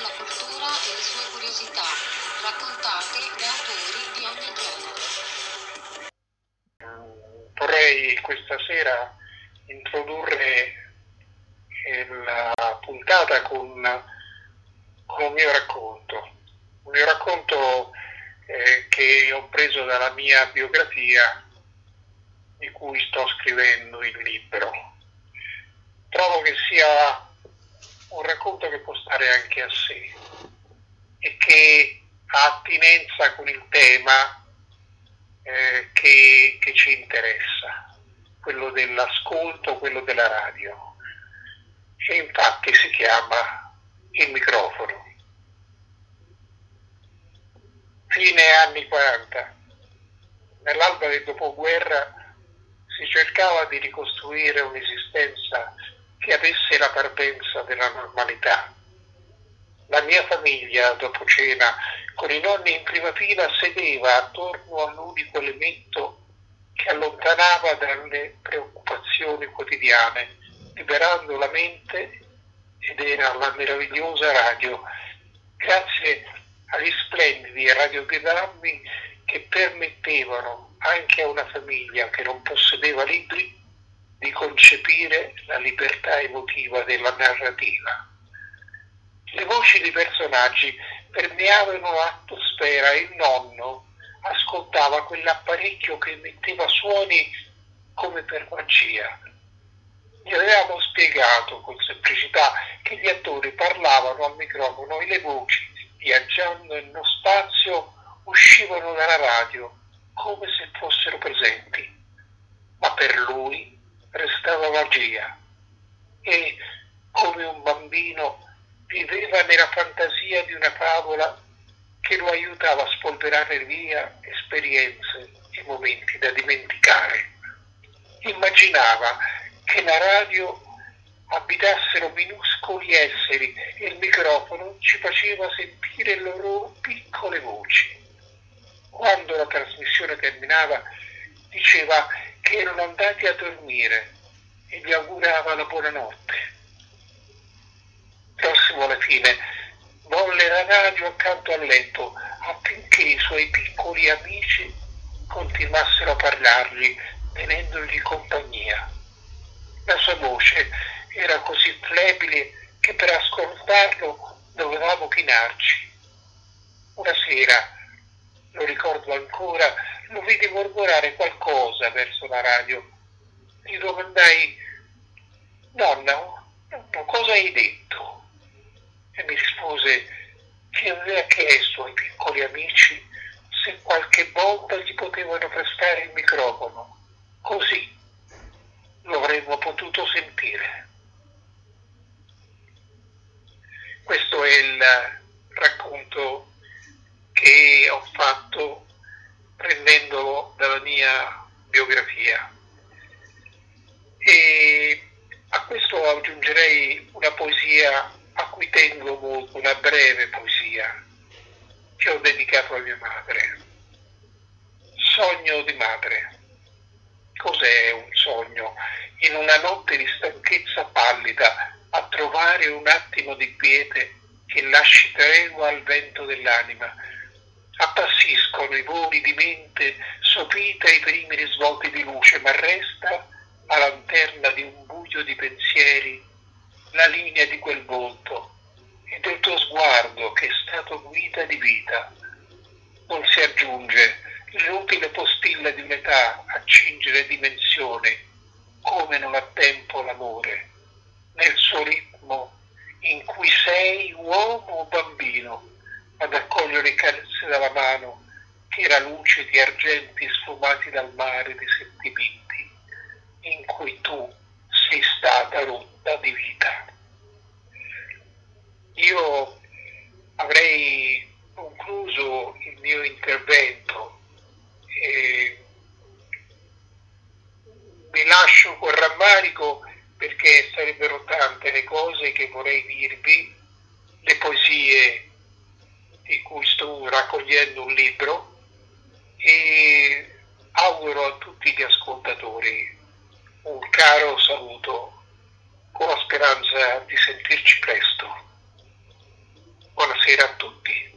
della cultura e le sue curiosità, raccontate da autori di ogni genere. Vorrei questa sera introdurre la puntata con un mio racconto che ho preso dalla mia biografia, di cui sto scrivendo il libro. Trovo che sia un racconto che può stare anche a sé e che ha attinenza con il tema che ci interessa, quello dell'ascolto, quello della radio, e infatti si chiama Il microfono. Fine anni 40, nell'alba del dopoguerra si cercava di ricostruire un'esistenza che avesse la parvenza della normalità. La mia famiglia, dopo cena, con i nonni in prima fila, sedeva attorno all'unico elemento che allontanava dalle preoccupazioni quotidiane, liberando la mente, ed era la meravigliosa radio, grazie agli splendidi radiogrammi che permettevano anche a una famiglia che non possedeva libri di concepire la libertà emotiva della narrativa. Le voci di personaggi permeavano l'atmosfera e il nonno ascoltava quell'apparecchio che emetteva suoni come per magia. Gli avevamo spiegato con semplicità che gli attori parlavano al microfono e le voci, viaggiando nello spazio, uscivano dalla radio come se fossero presenti. Ma per lui restava magia e, come un bambino, viveva nella fantasia di una favola che lo aiutava a spolverare via esperienze e momenti da dimenticare. Immaginava che la radio abitassero minuscoli esseri e il microfono ci faceva sentire le loro piccole voci. Quando la trasmissione terminava, diceva che erano andati a dormire e gli augurava la buonanotte. Prossimo alla fine, volle la radio accanto al letto affinché i suoi piccoli amici continuassero a parlargli, tenendogli compagnia. La sua voce era così flebile che per ascoltarlo dovevamo chinarci. Una sera, lo ricordo ancora, lo vidi mormorare qualcosa verso la radio. Gli domandai: nonna, cosa hai detto? E mi rispose che aveva chiesto ai piccoli amici se qualche volta gli potevano prestare il microfono, così lo avremmo potuto sentire. Questo è il racconto che ho fatto prendendolo dalla mia biografia. E a questo aggiungerei una poesia a cui tengo molto, una breve poesia che ho dedicato a mia madre. Sogno di madre. Cos'è un sogno? In una notte di stanchezza pallida, a trovare un attimo di quiete che lasci tregua al vento dell'anima. Appassiscono i voli di mente sopita ai primi risvolti di luce, ma resta la lanterna di un buio di pensieri, la linea di quel volto e del tuo sguardo che è stato guida di vita. Non si aggiunge l'inutile postilla di un'età a cingere dimensione, come non ha tempo l'amore, nel suo ritmo in cui sei uomo o bambino, ad accogliere carezze dalla mano che era luce di argenti sfumati dal mare di sentimenti, in cui tu sei stata rotta di vita. Io avrei concluso il mio intervento e vi lascio con rammarico perché sarebbero tante le cose che vorrei dirvi, le poesie di cui sto raccogliendo un libro, e auguro a tutti gli ascoltatori un caro saluto con la speranza di sentirci presto. buonasera a tutti.